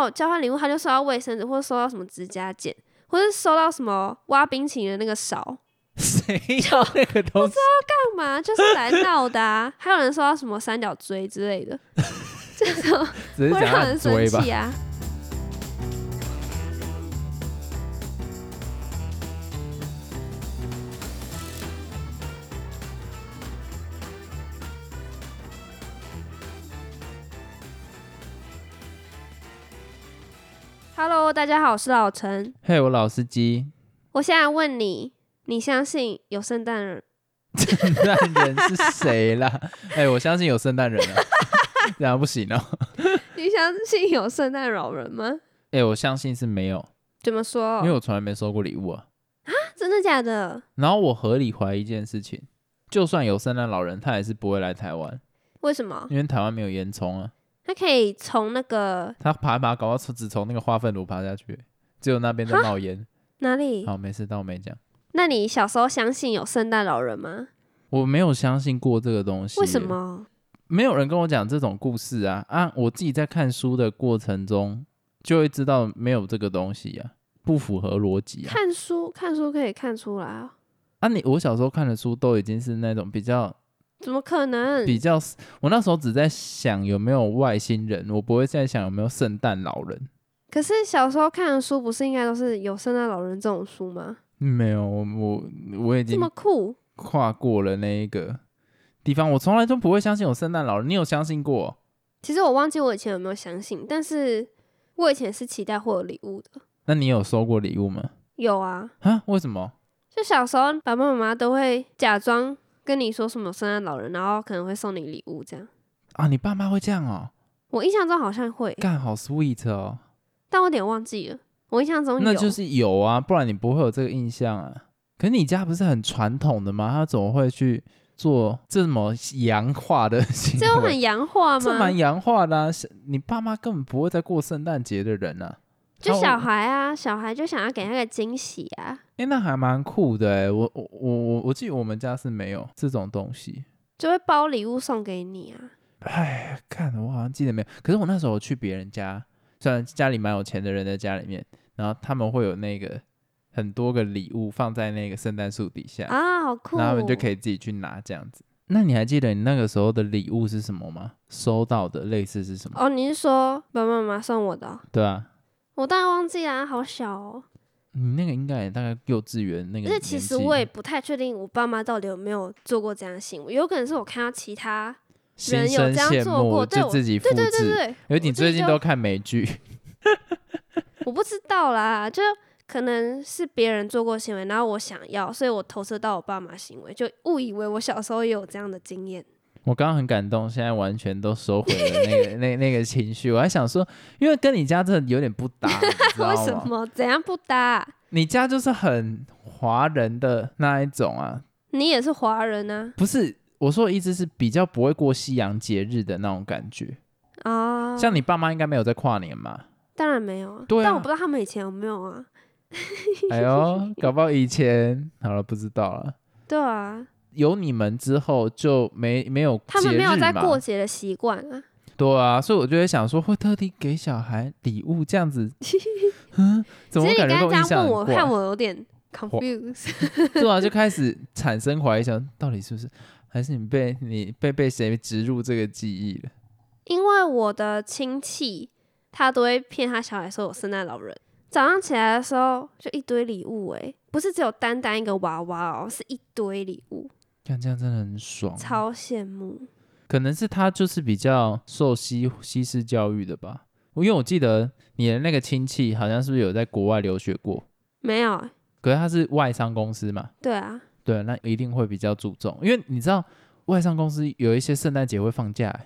有交换礼物，他就收到卫生纸，或者收到什么指甲剪，或者收到什么挖冰淇淋的那个勺。 谁要那个东西？ 干嘛？就是来闹的啊！还有人收到什么三角锥之类的，这种只是会想要让人生追吧气。啊。Hello， 大家好，我是老陈。 嘿，我老司机， 我现在问你，你相信有圣诞人？ 圣诞人是谁啦？我相信有圣诞人啊，这样不行哦。 你相信有圣诞老人吗？ 我相信是没有， 怎么说？ 因为我从来没收过礼物啊。 真的假的？ 然后我合理怀疑一件事情，就算有圣诞老人，他也是不会来台湾， 为什么？ 因为台湾没有烟囱啊。 他可以从那个他爬一爬，搞到只从那个花粪炉爬下去，只有那边在冒烟。 哪里？ 好，没事，当我没讲。 那你小时候相信有圣诞老人吗？ 我没有相信过这个东西。 为什么？ 没有人跟我讲这种故事啊！我自己在看书的过程中就会知道没有这个东西啊，不符合逻辑啊。 看书可以看出来啊。 我小时候看的书都已经是那种比较， 怎么可能？ 我那时候只在想有没有外星人，我不会在想有没有圣诞老人。 可是小时候看的书不是应该都是有圣诞老人这种书吗？ 没有，我已经这么酷， 跨过了那一个地方，我从来都不会相信有圣诞老人。你有相信过？ 其实我忘记我以前有没有相信，但是我以前是期待会有礼物的。 那你有收过礼物吗？ 有啊。 为什么？ 就小时候爸爸妈妈都会假装跟你说什么圣诞老人，然后可能会送你礼物这样。 你爸妈会这样哦？ 我印象中好像会， 干，好 sweet 哦。 但我有点忘记了。我印象中有， 那就是有啊，不然你不会有这个印象啊。可是你家不是很传统的吗？他怎么会去做这么洋化的行为？ 这有很洋化吗？ 这蛮洋化的啊！你爸妈根本不会在过圣诞节的人啊。 就小孩啊，小孩就想要给他个惊喜啊。 那还蛮酷的。我记得我们家是没有这种东西， 就会包礼物送给你啊。 看我好像记得没有。可是我那时候去别人家，虽然家里蛮有钱的人在家里面，然后他们会有那个很多个礼物放在那个圣诞树底下啊，好酷！ 然后他们就可以自己去拿这样子。那你还记得你那个时候的礼物是什么吗？收到的类似是什么？ 你是说爸爸妈妈送我的？ 对啊， 我当然忘记啦，好小哦。 你那个应该也大概幼稚园那个年纪。 其实我也不太确定我爸妈到底有没有做过这样的行为，有可能是我看到其他人有这样做过， 就自己复制。 对， 因为你最近都看美剧。 我不知道啦，就可能是别人做过行为，然后我想要，所以我投射到我爸妈行为，就误以为我小时候也有这样的经验。 我刚刚很感动，现在完全都收回了那个情绪。我还想说，因为跟你家真的有点不搭，你知道吗？ 为什么？怎样不搭？ 你家就是很华人的那一种啊。 你也是华人啊？ 不是，我说的意思是比较不会过西洋节日的那种感觉。像你爸妈应该没有在跨年嘛？ 当然没有啊。 对啊， 但我不知道他们以前有没有啊。 哎呦，搞不好以前好了，不知道了。 对啊。 有你们之后就没有节日嘛， 他们没有在过节的习惯啊。 对啊，所以我就会想说，会特地给小孩礼物这样子，怎么感觉跟我印象很怪？ 看我有点 confused。 对啊，就开始产生怀疑，想到底是不是，还是你被谁植入这个记忆了？ 因为我的亲戚他都会骗他小孩说有圣诞老人，早上起来的时候就一堆礼物不是只有单一个娃娃哦，是一堆礼物。 看这样真的很爽， 超羡慕。 可能是他就是比较受西式教育的吧，因为我记得你的那个亲戚好像是不是有在国外留学过？ 没有。 可是他是外商公司嘛？ 对啊。 对，那一定会比较注重，因为你知道外商公司有一些圣诞节会放假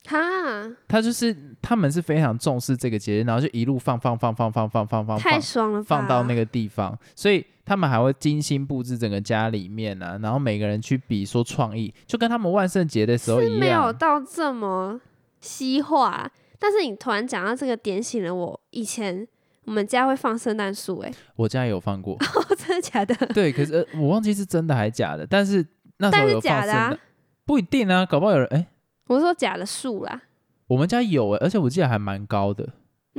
他们是非常重视这个节日，然后就一路放， 太爽了吧， 放到那个地方，所以他们还会精心布置整个家里面啊，然后每个人去比说创意，就跟他们万圣节的时候一样。 是没有到这么西化，但是你突然讲到这个，点醒了我以前我们家会放圣诞树我家也有放过。 真的假的？ 对，可是我忘记是真的还是假的，但是那时候有放圣诞， 但是假的啊， 不一定啊，搞不好有人我说假的树啦。 我们家有而且我记得还蛮高的。 那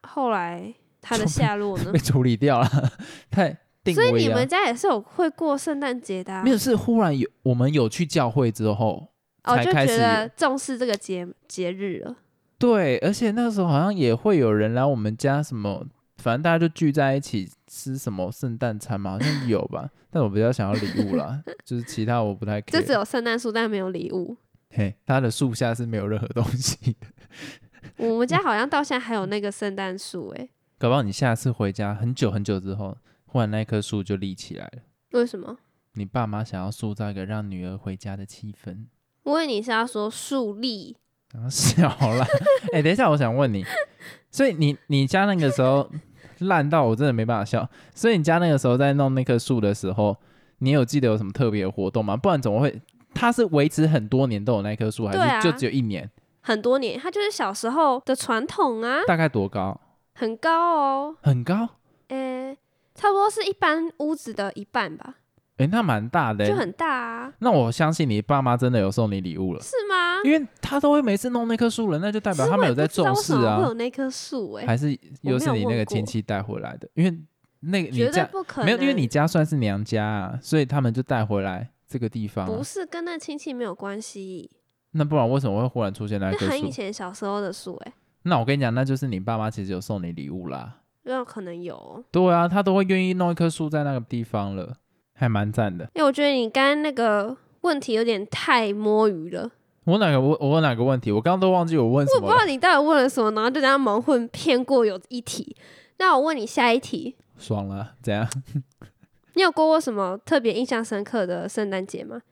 后来他的下落呢被？处理掉了，太定所以位啊你们家也是有会过圣诞节的、啊？ 没有，是忽然我们有去教会之后才就开始觉得重视这个节日了。 对，而且那时候好像也会有人来我们家什么，反正大家就聚在一起吃什么圣诞餐嘛，好像有吧。但我比较想要礼物啦，就是其他我不太 care。 就只有圣诞树，但没有礼物。 嘿，他的树下是没有任何东西的。 我们家好像到现在还有那个圣诞树，哎， 搞不好你下次回家很久很久之后，忽然那棵树就立起来了。 为什么？ 你爸妈想要塑造一个让女儿回家的气氛。 我以为你是要说树立。 然后笑啦，等一下，我想问你，所以你家那个时候烂到我真的没办法笑，所以你家那个时候在弄那棵树的时候，你有记得有什么特别的活动吗？不然怎么会？它是维持很多年都有那棵树， 对啊还是就只有1年？ 很多年，它就是小时候的传统啊， 大概多高？ 很高哦， 很高？ 差不多是一般屋子的一半吧， 那蛮大的就很大啊， 那我相信你爸妈真的有送你礼物了， 是吗？ 因为他都会每次弄那棵树了，那就代表他们有在重视可是我也不知道为什么会啊。 有那棵树， 还是又是你那个我没有问过亲戚带回来的？因为那个你绝对家不可能， 没有，因为你家算是娘家啊，所以他们就带回来这个地方啊。 不是跟那亲戚没有关系， 那不然为什么会忽然出现那那很以棵树？ 前小时候的树， 那我跟你讲，那就是你爸妈其实有送你礼物啦。 有可能有哦。 对啊，他都会愿意弄一棵树在那个地方了，还蛮赞的。 我觉得你刚刚那个问题有点太摸鱼了， 我问哪个问题？我刚刚都忘记我问什我不知么了。 道你到底问了什么，然后就这样蒙混骗过有一题。那我问你下一题， 爽了，怎样？ 你有过什么特别印象深刻的圣诞节吗？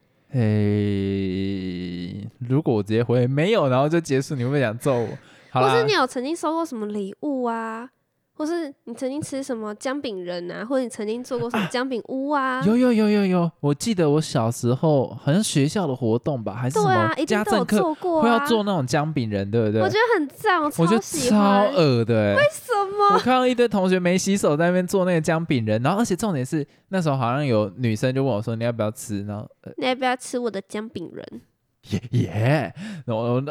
如果我直接回没有，然后就结束，你会不会想揍我？好啦， 或是你有曾经收过什么礼物啊？或是你曾经吃什么姜饼人啊？或者你曾经做过什么姜饼屋啊？ 有，我记得我小时候好像学校的活动吧，还是什对啊， 么一定都有家政课做过啊。 会要做那种姜饼人，对不对？ 我觉得很赞， 我觉得喜超欢。 恶的， 为什么？ 我看到一堆同学没洗手在那边做那个姜饼人，然后而且重点是那时候好像有女生就问我说你要不要吃，然后你要不要吃我的姜饼人？ 然后我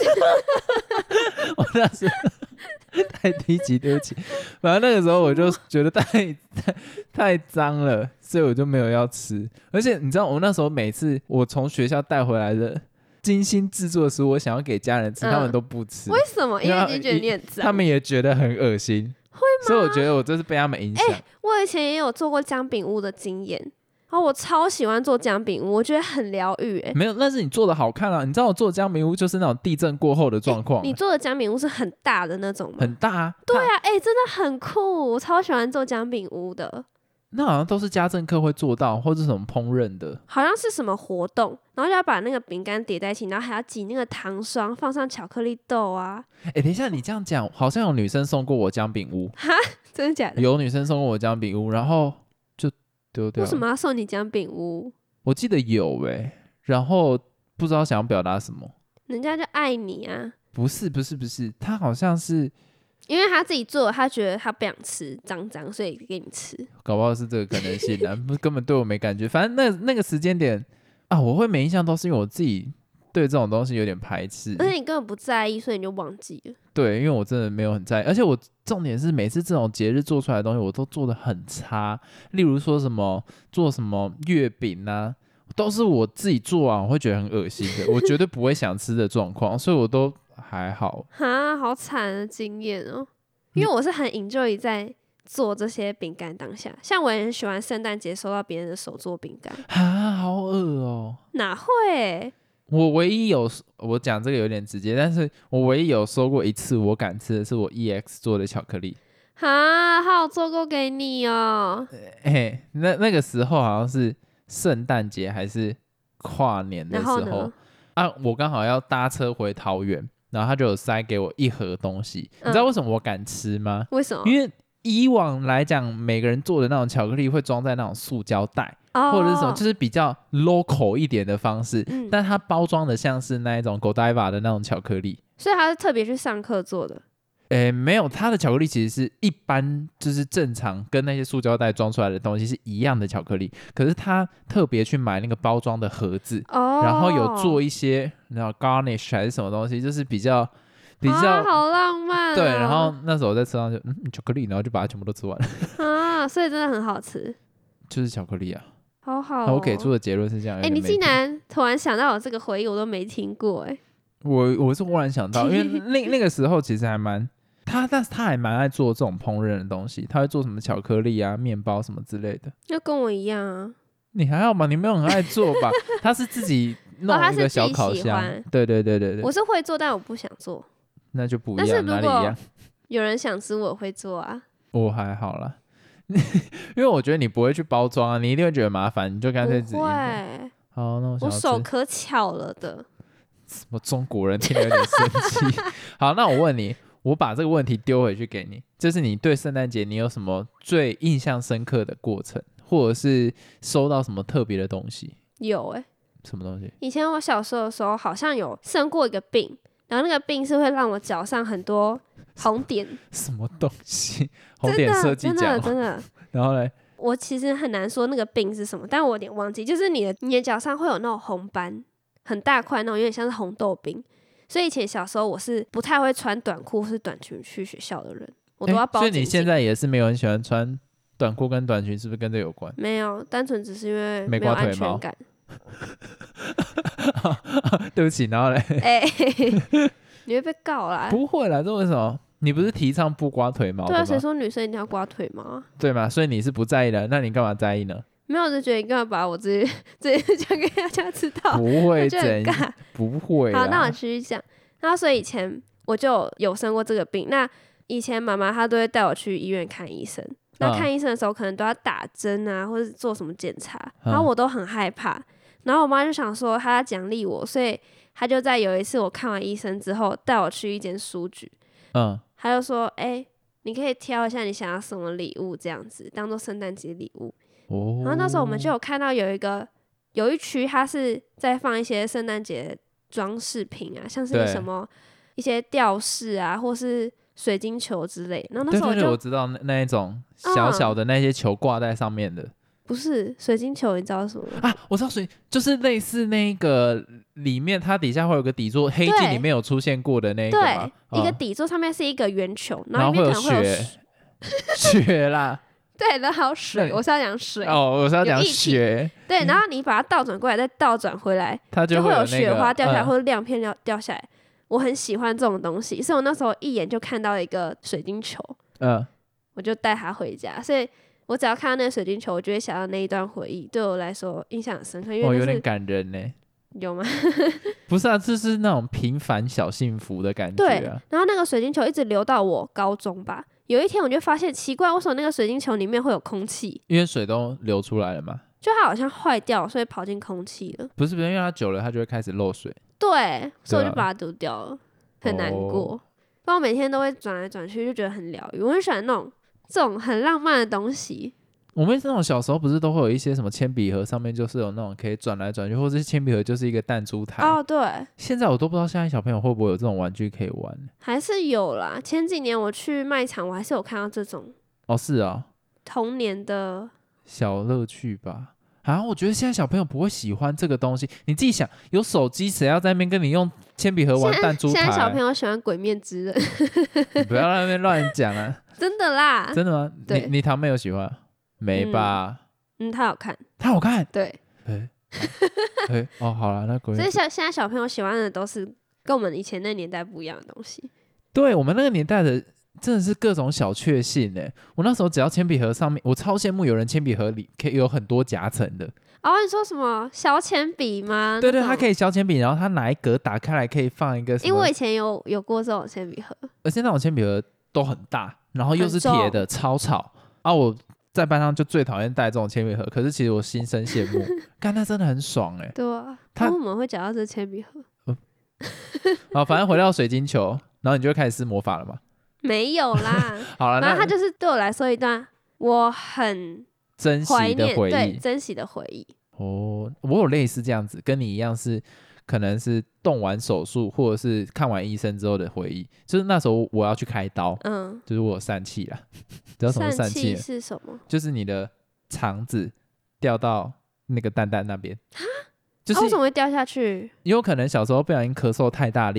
那时候太低级，对不起。反正那个时候我就觉得太脏了，所以我就没有要吃。而且你知道，我那时候每次我从学校带回来的精心制作的食物，我想要给家人吃，他们都不吃。 为什么？因为你觉得你很脏。 他们也觉得很恶心。会吗？所以我觉得我就是被他们影响。 我以前也有做过姜饼屋的经验。然后我超喜欢做姜饼屋，我觉得很疗愈。 没有，但是你做的好看啊！你知道我做的姜饼屋就是那种地震过后的状况。 你做的姜饼屋是很大的那种吗？ 很大啊。 对啊，真的很酷，我超喜欢做姜饼屋的。 那好像都是家政课会做到，或者什么烹饪的， 好像是什么活动，然后就要把那个饼干叠在一起，然后还要挤那个糖霜，放上巧克力豆啊。 等一下，你这样讲，好像有女生送过我姜饼屋。 哈，真的假的？ 有女生送过我姜饼屋，然后就丢掉了。 为什么要送你姜饼屋？ 我记得有然后不知道想要表达什么。 人家就爱你啊。 不是，他好像是因为他自己做，他觉得他不想吃脏脏，所以给你吃。 搞不好是这个可能性啊，根本对我没感觉。反正那个时间点啊，我会没印象，都是因为我自己对这种东西有点排斥， 而且你根本不在意，所以你就忘记了。 对，因为我真的没有很在意，而且我重点是每次这种节日做出来的东西，我都做得很差。例如说什么做什么月饼啊，都是我自己做完，我会觉得很恶心的，我绝对不会想吃的状况，所以我都还好。 哈，好惨的经验哦！因为我是很 enjoy 在做这些饼干当下，像我也很喜欢圣诞节收到别人的手做饼干。 啊，好恶哦！ 哪会？ 我唯一有，我讲这个有点直接，但是我唯一有收过一次我敢吃的是我 EX 做的巧克力。 哈，他有做过给你哦。 那个时候好像是圣诞节还是跨年的时候然后呢？ 啊，我刚好要搭车回桃园，然后他就有塞给我一盒东西。你知道为什么我敢吃吗？ 为什么？ 因为以往来讲，每个人做的那种巧克力会装在那种塑胶袋，或者是什么，就是比较 local 一点的方式，但它包装的像是那一种 Godiva 的那种巧克力， 所以他是特别去上课做的。 没有，它的巧克力其实是一般就是正常跟那些塑胶袋装出来的东西是一样的巧克力，可是他特别去买那个包装的盒子，然后有做一些然后 garnish 还是什么东西，就是比较你知道、 好浪漫、哦。 对，然后那时候我在车上就巧克力，然后就把它全部都吃完了。 啊，所以真的很好吃， 就是巧克力啊。 好好、哦。 那我给出的结论是这样。 你竟然突然想到有这个回忆，我都没听过我是忽然想到，因为那个时候其实还蛮但是他还蛮爱做这种烹饪的东西，他会做什么巧克力啊、面包什么之类的。 就跟我一样啊。 你还好吧？你没有很爱做吧？他是自己弄一个小烤箱。对对对对对。 我是会做，但我不想做。 那就不一样，哪里一样？ 有人想吃，我会做啊。 我还好啦。因为我觉得你不会去包装啊，你一定会觉得麻烦，你就干脆自己。 不会。 好，那我手可巧了的。 我中国人听了有点生气。好，那我问你，我把这个问题丢回去给你，就是你对圣诞节你有什么最印象深刻的过程，或者是收到什么特别的东西？ 有什么东西？ 以前我小时候的时候好像有生过一个病，然后那个病是会让我脚上很多红点。 什么东西？红点设计奖？ 真的。 然后嘞， 我其实很难说那个病是什么，但我有点忘记。就是你的脚上会有那种红斑，很大块那种，有点像是红豆冰。所以以前小时候我是不太会穿短裤或是短裙去学校的人，我都要包紧紧。 所以你现在也是没有很喜欢穿短裤跟短裙，是不是跟这有关？ 没有，单纯只是因为没有安全感。 对不起，然后嘞， 你会被告啦。 不会啦，这为什么？你不是提倡不刮腿毛的吗？ 对啊，谁说女生一定要刮腿毛？ 对嘛，所以你是不在意的，那你干嘛在意呢？ 没有，我就觉得你干嘛把我这讲给大家知道？ 不会怎样，不会。 好，那我继续讲。然后所以以前我就有生过这个病。那以前妈妈她都会带我去医院看医生。那看医生的时候可能都要打针啊，或者做什么检查，然后我都很害怕。然后我妈就想说她要奖励我，所以她就在有一次我看完医生之后带我去一间书局。她就说你可以挑一下你想要什么礼物，这样子当做圣诞节礼物。然后那时候我们就有看到有一区它是在放一些圣诞节装饰品啊，像是什么一些吊饰啊，或是水晶球之类。然后那时候我知道那一种小小的那些球挂在上面的。 不是水晶球，你知道什么啊？我知道就是类似那个里面它底下会有个底座，黑镜里面有出现过的那个嘛。 对，一个底座上面是一个圆球， 然后里面可能会有雪啦。 对，然后还有水，我是要讲水我是要讲雪。 对，然后你把它倒转过来，再倒转回来， 它就会有雪花掉下来，或者亮片掉下来。我很喜欢这种东西，所以我那时候一眼就看到一个水晶球，我就带它回家。所以我只要看到那个水晶球，我就会想到那一段回忆，对我来说印象很深刻。因为有点感人呢。 有吗？ 不是啊，这是那种平凡小幸福的感觉啊。 对，然后那个水晶球一直流到我高中吧。有一天我就发现奇怪，为什么那个水晶球里面会有空气？ 因为水都流出来了嘛。 就它好像坏掉，所以跑进空气了。 不是，因为它久了它就会开始漏水。 对，所以我就把它丢掉了，很难过。但我每天都会转来转去，就觉得很疗愈。我很喜欢这种很浪漫的东西。 我们那种小时候不是都会有一些什么铅笔盒，上面就是有那种可以转来转去，或者是铅笔盒就是一个弹珠台。 对。 现在我都不知道现在小朋友会不会有这种玩具可以玩。 还是有啦，前几年我去卖场，我还是有看到这种。 是啊。 童年的小乐趣吧。我觉得现在小朋友不会喜欢这个东西。你自己想，有手机，谁要在那边跟你用铅笔盒玩弹珠台？ 现在小朋友喜欢《鬼灭之刃》。 你不要在那边乱讲啊！ 真的啦。 真的吗？你堂妹有喜欢？没吧？ 他好看。 他好看？ 对。 好了，那鬼灭。 所以现在小朋友喜欢的都是跟我们以前那年代不一样的东西。 对，我们那个年代的真的是各种小确幸欸。我那时候只要铅笔盒上面，我超羡慕有人铅笔盒里可以有很多夹层的。 你说什么小铅笔吗？ 对，它可以小铅笔，然后它哪一格打开来可以放一个什么。 因为我以前有过这种铅笔盒， 而且那种铅笔盒都很大，然后又是铁的，超吵我在班上就最讨厌带这种铅笔盒，可是其实我心生羡慕。干，那真的很爽欸。 对啊，我们会讲到这铅笔盒。 反正回到水晶球，然后你就会开始施魔法了嘛？ 没有啦。 好了， 然后它就是对我来说一段我很珍惜的回忆。 对，珍惜的回忆。 我有类似这样子，跟你一样是可能是动完手术或者是看完医生之后的回忆。就是那时候我要去开刀，就是我有疝气啦。知道什么疝气是什么？ 就是你的肠子掉到那个蛋蛋那边。就是为什么会掉下去？ 有可能小时候不小心咳嗽太大力，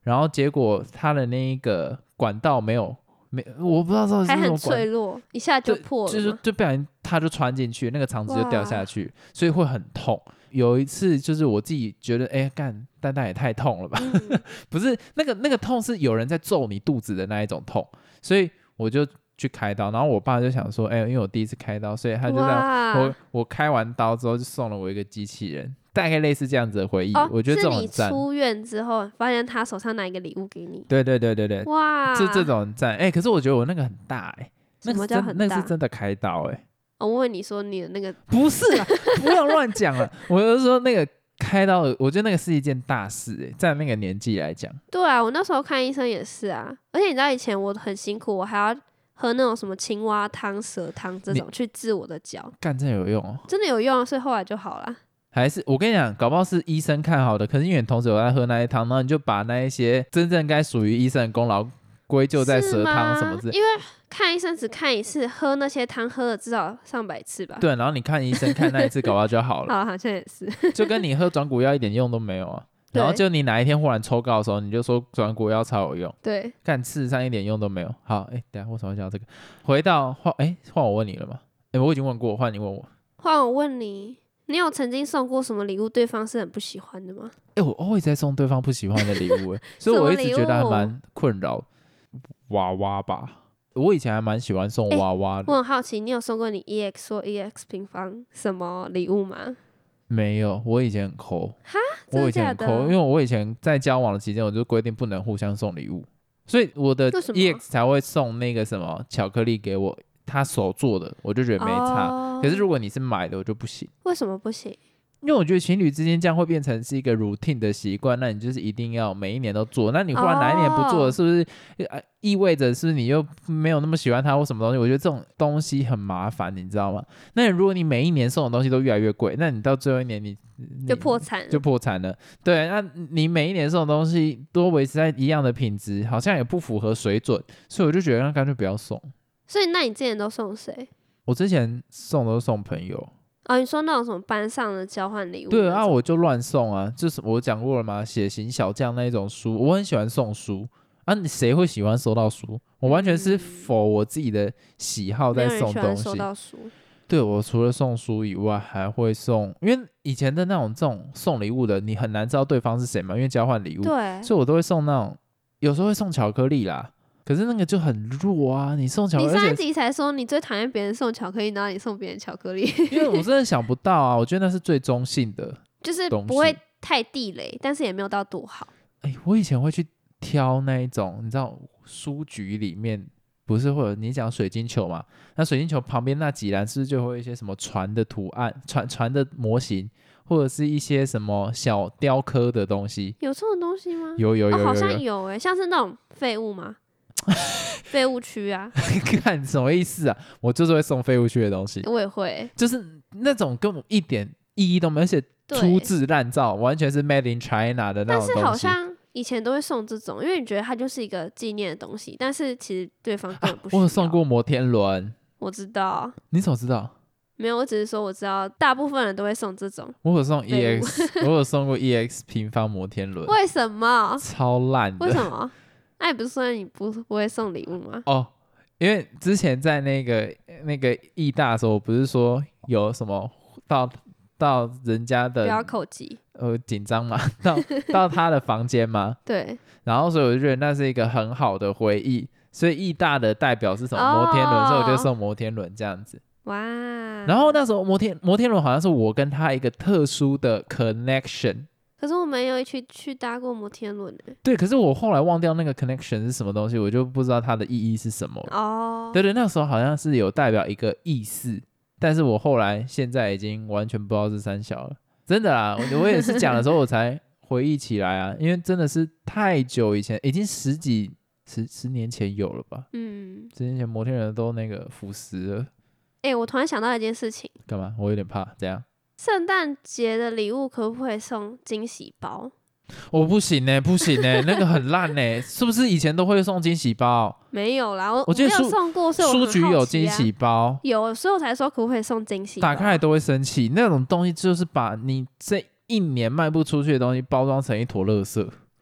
然后结果它的那一个管道没，我不知道到底是还很什么脆弱，一下就破了吗， 就不小心它就穿进去，那个肠子就掉下去，所以会很痛。有一次就是我自己觉得，干蛋蛋也太痛了吧，不是那个痛是有人在揍你肚子的那一种痛，所以我就去开刀，然后我爸就想说，因为我第一次开刀，所以他就让我开完刀之后就送了我一个机器人，大概类似这样子的回忆。我觉得这种很赞。 是你出院之后发现他手上拿一个礼物给你？ 对， 哇， 这种很赞。可是我觉得我那个很大什么叫很大？ 那是真的开刀我问你说你的那个不是啦，不要乱讲了。我是说那个开刀的，我觉得那个是一件大事在那个年纪来讲。 对啊，我那时候看医生也是啊，而且你知道以前我很辛苦，我还要喝那种什么青蛙汤、蛇汤这种去治我的脚。 干，真的有用哦？ 真的有用啊，所以后来就好了。 还是我跟你讲，搞不好是医生看好的，可是因为你同时有在喝那一汤，然后你就把那一些真正该属于医生的功劳归咎在蛇汤什么之类。 因为看医生只看一次，喝那些汤喝了至少上百次吧。 对，然后你看医生看那一次搞不好就好了。 好像也是。 就跟你喝转骨药一点用都没有啊。然后就你哪一天忽然抽高的时候，你就说转骨药超有用。 对， 干事实上一点用都没有。好，等一下为什么要讲这个？回到换我问你了吗？我已经问过，换你问我。 换我问你，你有曾经送过什么礼物对方是很不喜欢的吗？ 我 always 在送对方不喜欢的礼物所以我一直觉得还蛮困扰。娃娃吧，我以前还蛮喜欢送娃娃的。 我很好奇，你有送过你 EX 或 EX 平方什么礼物吗？ 没有，我以前很抠。 哈， 我以前很抠，因为我以前在交往的期间，我就规定不能互相送礼物，所以我的 EX 才会送那个什么巧克力给我，他手做的，我就觉得没差。可是如果你是买的，我就不行。 为什么不行？ 因为我觉得情侣之间这样会变成是一个 routine 的习惯，那你就是一定要每一年都做。那你忽然哪一年不做了，是不是意味着是不是你又没有那么喜欢他或什么东西？我觉得这种东西很麻烦，你知道吗？那如果你每一年送的东西都越来越贵，那你到最后一年你就破产了。 对，那你每一年送的东西都维持在一样的品质，好像也不符合水准，所以我就觉得那干脆不要送。 所以那你之前都送谁？ 我之前送都送朋友。 你说那种什么班上的交换礼物？ 对啊，我就乱送啊，就是我讲过了嘛，血型小将那一种书，我很喜欢送书啊。谁会喜欢收到书？我完全是否我自己的喜好在送东西。 没有人喜欢收到书。 对，我除了送书以外，还会送，因为以前的那种这种送礼物的，你很难知道对方是谁嘛，因为交换礼物， 对， 所以我都会送那种，有时候会送巧克力啦。可是那个就很弱啊！你送巧克力， 你上一集才说你最讨厌别人送巧克力，然后你送别人巧克力， 因为我真的想不到啊！我觉得那是最中性的， 就是不会太地雷，但是也没有到多好。 我以前会去挑那一种，你知道书局里面不是会有你讲水晶球嘛？那水晶球旁边那几栏是不是就会有一些什么船的图案、船的模型，或者是一些什么小雕刻的东西？ 有这种东西吗？ 有， 好像有像是那种废物吗？废物区啊。 看什么意思啊？我就是会送废物区的东西。 我也会， 就是那种根本一点意义都没有，而且粗制滥造，完全是 made in China 的那种东西。 但是好像以前都会送这种，因为你觉得它就是一个纪念的东西，但是其实对方根本不需要。 我有送过摩天轮。 我知道。 你怎么知道？ 没有，我只是说我知道大部分人都会送这种。 我有送 EX 我有送过 EX 平方摩天轮。 为什么？ 超烂的。 为什么？那你不是说你不会送礼物吗？ 因为之前在那个义大的时候，我不是说有什么到人家的， 不要口技， 紧张嘛，到他的房间嘛。 对。 然后所以我就觉得那是一个很好的回忆，所以义大的代表是什么？摩天轮，所以我就送摩天轮这样子。 哇！ 然后那时候摩天轮好像是我跟他一个特殊的 connection。 可是我没有一起去搭过摩天轮。 对，可是我后来忘掉那个 connection 是什么东西，我就不知道它的意义是什么了。对，那时候好像是有代表一个意思，但是我后来现在已经完全不知道是三小了，真的啦。我也是讲的时候我才回忆起来啊，因为真的是太久以前，已经十年前有了吧。10年前摩天轮都那个腐蚀了。 我突然想到一件事情。 干嘛？我有点怕。怎样？圣诞节的礼物可不可以送惊喜包？ 我不行不行那个很烂是不是以前都会送惊喜包？ 没有啦，我记得没有送过，所以我很好奇书局有惊喜包， 有，所以我才说可不可以送惊喜包。 打开来都会生气，那种东西就是把你这一年卖不出去的东西包装成一坨垃圾。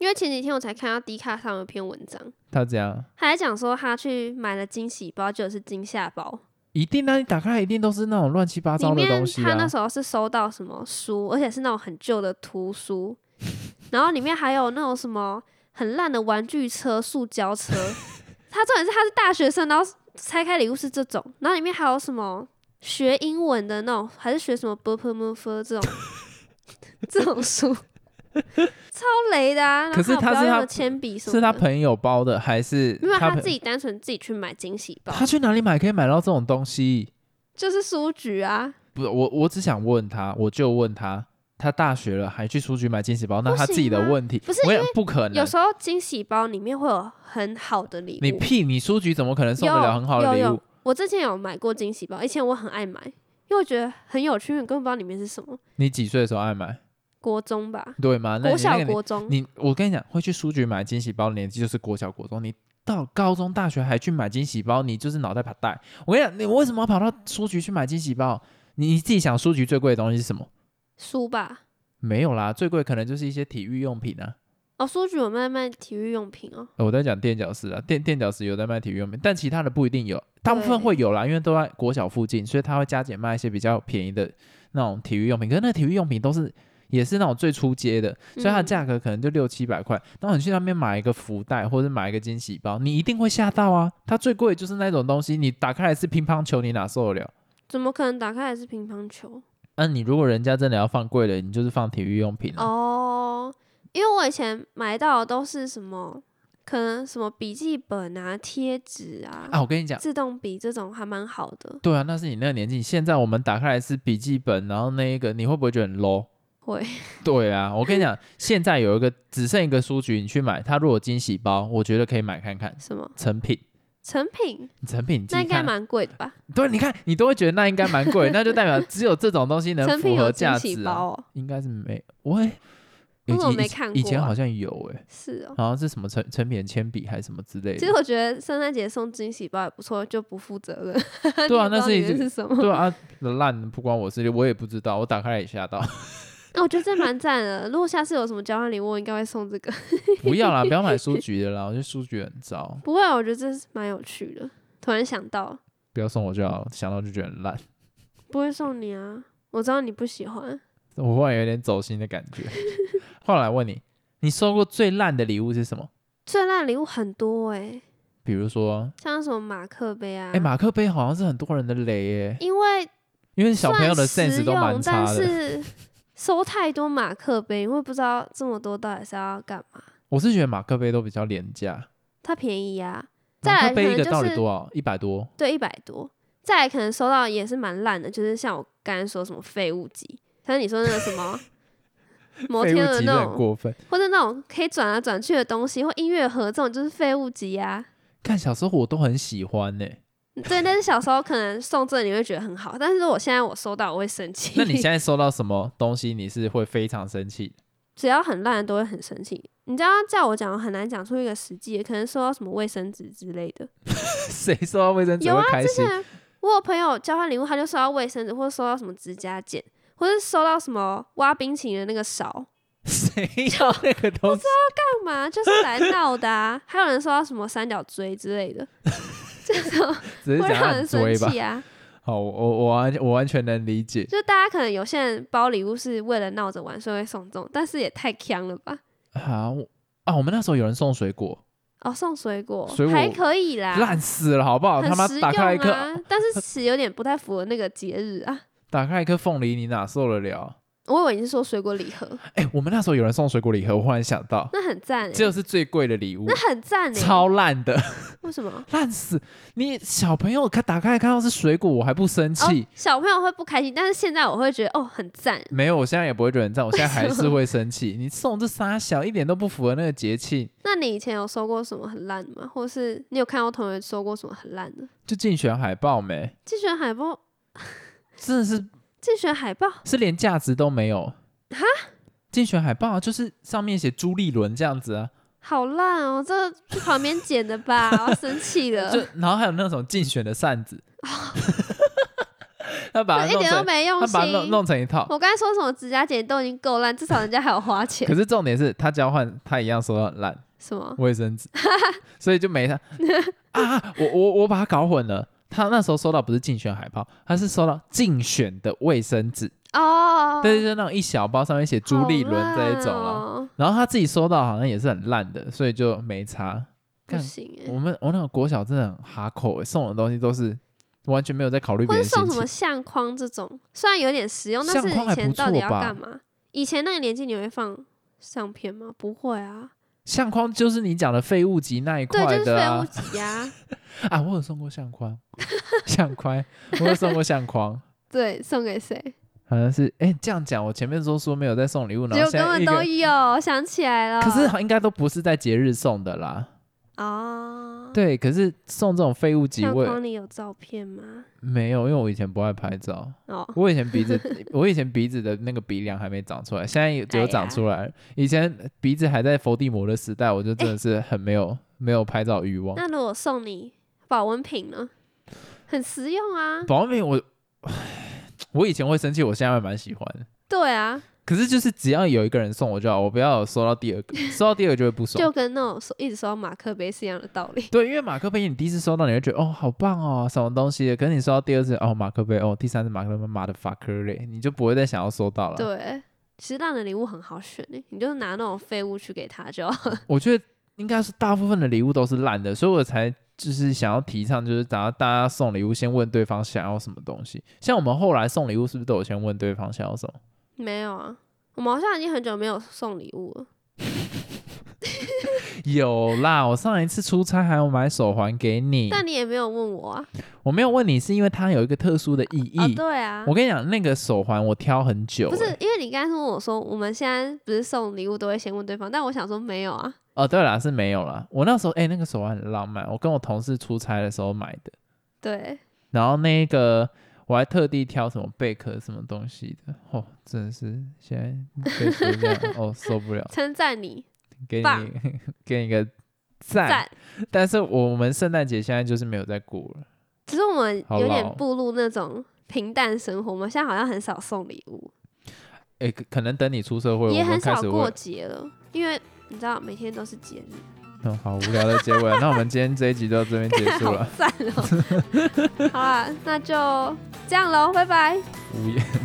因为前几天我才看到 D 卡上有篇文章， 他这样， 他还讲说他去买了惊喜包，就是惊吓包。 一定啊，你打开来一定都是那种乱七八糟的东西啊。 里面他那时候是收到什么书，而且是那种很旧的图书，然后里面还有那种什么很烂的玩具车、塑胶车。他重点是他是大学生，然后拆开礼物是这种，然后里面还有什么学英文的那种，还是学什么 b p m f 这种书。超雷的啊！ 可是他是他铅笔什么的， 是他朋友包的还是没有他自己单纯自己去买惊喜包？ 他去哪里买可以买到这种东西？ 就是书局啊。 不是我只想问他，我就问他，他大学了还去书局买惊喜包，那他自己的问题。 不是，因为不可能。 有时候惊喜包里面会有很好的礼物。 你屁！你书局怎么可能送得了很好的礼物？ 我之前有买过惊喜包，以前我很爱买，因为我觉得很有趣，我根本不知道里面是什么。 你几岁的时候爱买？ 国中吧， 对吗？ 国小国中， 我跟你讲，会去书局买惊喜包的年纪就是国小国中。你到高中大学还去买惊喜包，你就是脑袋爬带。我跟你讲，你为什么要跑到书局去买惊喜包？你自己想，书局最贵的东西是什么？ 书吧？ 没有啦，最贵可能就是一些体育用品啊。 哦，书局有卖体育用品哦。 我在讲垫脚石啊，垫脚石有在卖体育用品，但其他的不一定有，大部分会有啦，因为都在国小附近，所以他会加减卖一些比较便宜的那种体育用品。可是那体育用品也是那种最初阶的，所以它的价格可能就600-700块。然后你去那边买一个福袋或者买一个惊喜包，你一定会吓到啊！它最贵的就是那种东西，你打开来是乒乓球，你哪受得了？ 怎么可能打开来是乒乓球？ 你如果人家真的要放贵的，你就是放体育用品啊。 哦，因为我以前买到的都是什么，可能什么笔记本啊、贴纸啊。 我跟你讲， 自动笔这种还蛮好的。 对啊，那是你那个年纪。现在我们打开来是笔记本，然后那一个你会不会觉得很 low？ 会。 对啊，我跟你讲，现在有一个只剩一个书局，你去买，它如果惊喜包，我觉得可以买看看。 什么？ 成品。 成品那应该蛮贵的吧？ 对，你看你都会觉得那应该蛮贵，那就代表只有这种东西能符合价值啊。 成品有惊喜包哦？ 应该是没， 我没看过。 以前好像有是哦， 好像是什么成品的铅笔还是什么之类的。 其实我觉得圣诞节送惊喜包也不错，就不负责任。 对啊，那是什么？ 对啊，烂不关我事，我也不知道，我打开来也吓到。 我觉得这蛮赞的。如果下次有什么交换礼物，我应该会送这个。 不要啦，不要买书局的啦，我觉得书局很糟。 不会，我觉得这是蛮有趣的。突然想到， 不要送我就好，想到就觉得很烂。 不会送你啊，我知道你不喜欢。 我忽然有点走心的感觉。后来问你，你收过最烂的礼物是什么？ 最烂的礼物很多比如说像什么马克杯啊。 马克杯好像是很多人的雷耶。 因为小朋友的 sense 都蛮差的。 但是收太多马克杯，因为不知道这么多到底是要干嘛。 我是觉得马克杯都比较廉价， 它便宜啊。 马克杯一个到底多少？100多。 对，100多。再来可能收到也是蛮烂的，就是像我刚才说什么废物机，但是你说那个什么摩天轮那种， 过分， 或者那种可以转来转去的东西，或音乐盒这种就是废物机啊。 看小时候我都很喜欢对，但是小时候可能送这你会觉得很好，但是我现在我收到我会生气。 那你现在收到什么东西你是会非常生气？ 只要很烂的都会很生气。你知道叫我讲很难讲出一个实际的，可能收到什么卫生纸之类的。 谁收到卫生纸会开心？ 有啊，之前我有朋友交换礼物，他就收到卫生纸，或者收到什么指甲剪，或者收到什么挖冰淇淋的那个勺。 谁要那个东西？不知道干嘛，就是来闹的啊。还有人收到什么三角锥之类的，这种只是会让人生气啊。 好，我完全能理解。 就大家可能有些人包礼物是为了闹着玩，所以会送这种，但是也太呛了吧。 我们那时候有人送水果。 送水果还可以啦， 烂死了好不好？他妈打开一颗， 但是其实有点不太符合那个节日啊。 打开一颗凤梨，你哪受得了？ 我以为你是说水果礼盒。 我们那时候有人送水果礼盒，我忽然想到， 那很赞这就是最贵的礼物， 那很赞超烂的。 为什么？ 烂死！你小朋友打开来看到是水果，我还不生气。 小朋友会不开心，但是现在我会觉得很赞。 没有，我现在也不会觉得很赞，我现在还是会生气。你送这傻小，一点都不符合那个节庆。 那你以前有收过什么很烂的吗？或是你有看到同学收过什么很烂的？ 就竞选海报没？ 竞选海报真的是竞选海报是连价值都没有哈？竞选海报就是上面写朱立伦这样子啊。 好烂哦！这去旁边捡的吧，我要生气了。 然后还有那种竞选的扇子， 他把它一点都没用心， 他把它弄成一套。 我刚才说什么指甲剪都已经够烂，至少人家还有花钱。 可是重点是他交换，他一样收到很烂。 什么？ 卫生纸，所以就没他啊！我把他搞混了。他那时候收到不是竞选海报，他是收到竞选的卫生纸。 哦， 对，就是那种一小包上面写朱立伦这一种啊。然后他自己收到好像也是很烂的，所以就没差。 不行我那个国小真的很哈口，送的东西都是完全没有在考虑别人心情。 或是送什么相框这种，虽然有点实用，但是以前到底要干嘛？以前那个年纪你会放相片吗？不会啊。 相框就是你讲的废物集那一块的啊。 对，就是废物集啊。 啊，我有送过相框，我有送过相框。 对，送给谁？ 好像是，这样讲，我前面说没有在送礼物，然后现在根本都有，想起来了。 可是应该都不是在节日送的啦。 哦， 对，可是送这种废物集， 相框你有照片吗？ 没有，因为我以前不爱拍照。哦，我以前鼻子的那个鼻梁还没长出来，现在只有长出来了。以前鼻子还在伏地魔的时代，我就真的是很没有拍照欲望。 那如果送你保温瓶呢？很实用啊。 保温瓶我以前会生气，我现在会蛮喜欢的。 对啊。 可是就是只要有一个人送我就好，我不要有收到第二个，收到第二个就会不爽。 就跟那种一直收到马克杯是一样的道理。 对，因为马克杯你第一次收到你会觉得哦好棒哦什么东西的，可是你收到第二次马克杯第三次马克杯妈的 fucker 嘞，你就不会再想要收到了。 对，其实烂的礼物很好选耶，你就拿那种废物去给他就好了。 我觉得应该是大部分的礼物都是烂的，所以我才就是想要提倡，就是大家送礼物先问对方想要什么东西。像我们后来送礼物是不是都有先问对方想要什么？没有啊，我们好像已经很久没有送礼物了。 有啦，我上一次出差还有买手环给你， 但你也没有问我啊。 我没有问你是因为它有一个特殊的意义。 对啊， 我跟你讲，那个手环我挑很久。 不是因为你刚才问我说我们现在不是送礼物都会先问对方，但我想说没有啊。 对啦，是没有啦。我那时候那个手环很浪漫，我跟我同事出差的时候买的。 对， 然后那个我还特地挑什么贝壳什么东西的，真的是现在被说这样受不了。 称赞你， 给你一个赞。但是我们圣诞节现在就是没有在过了， 只是我们有点步入那种平淡生活，我们现在好像很少送礼物。 可能等你出社会， 也很少过节了，因为你知道每天都是节日。 好无聊的结尾那我们今天这一集就到这边结束了。 好赞哦。好啦，那就这样咯，拜拜。 无言。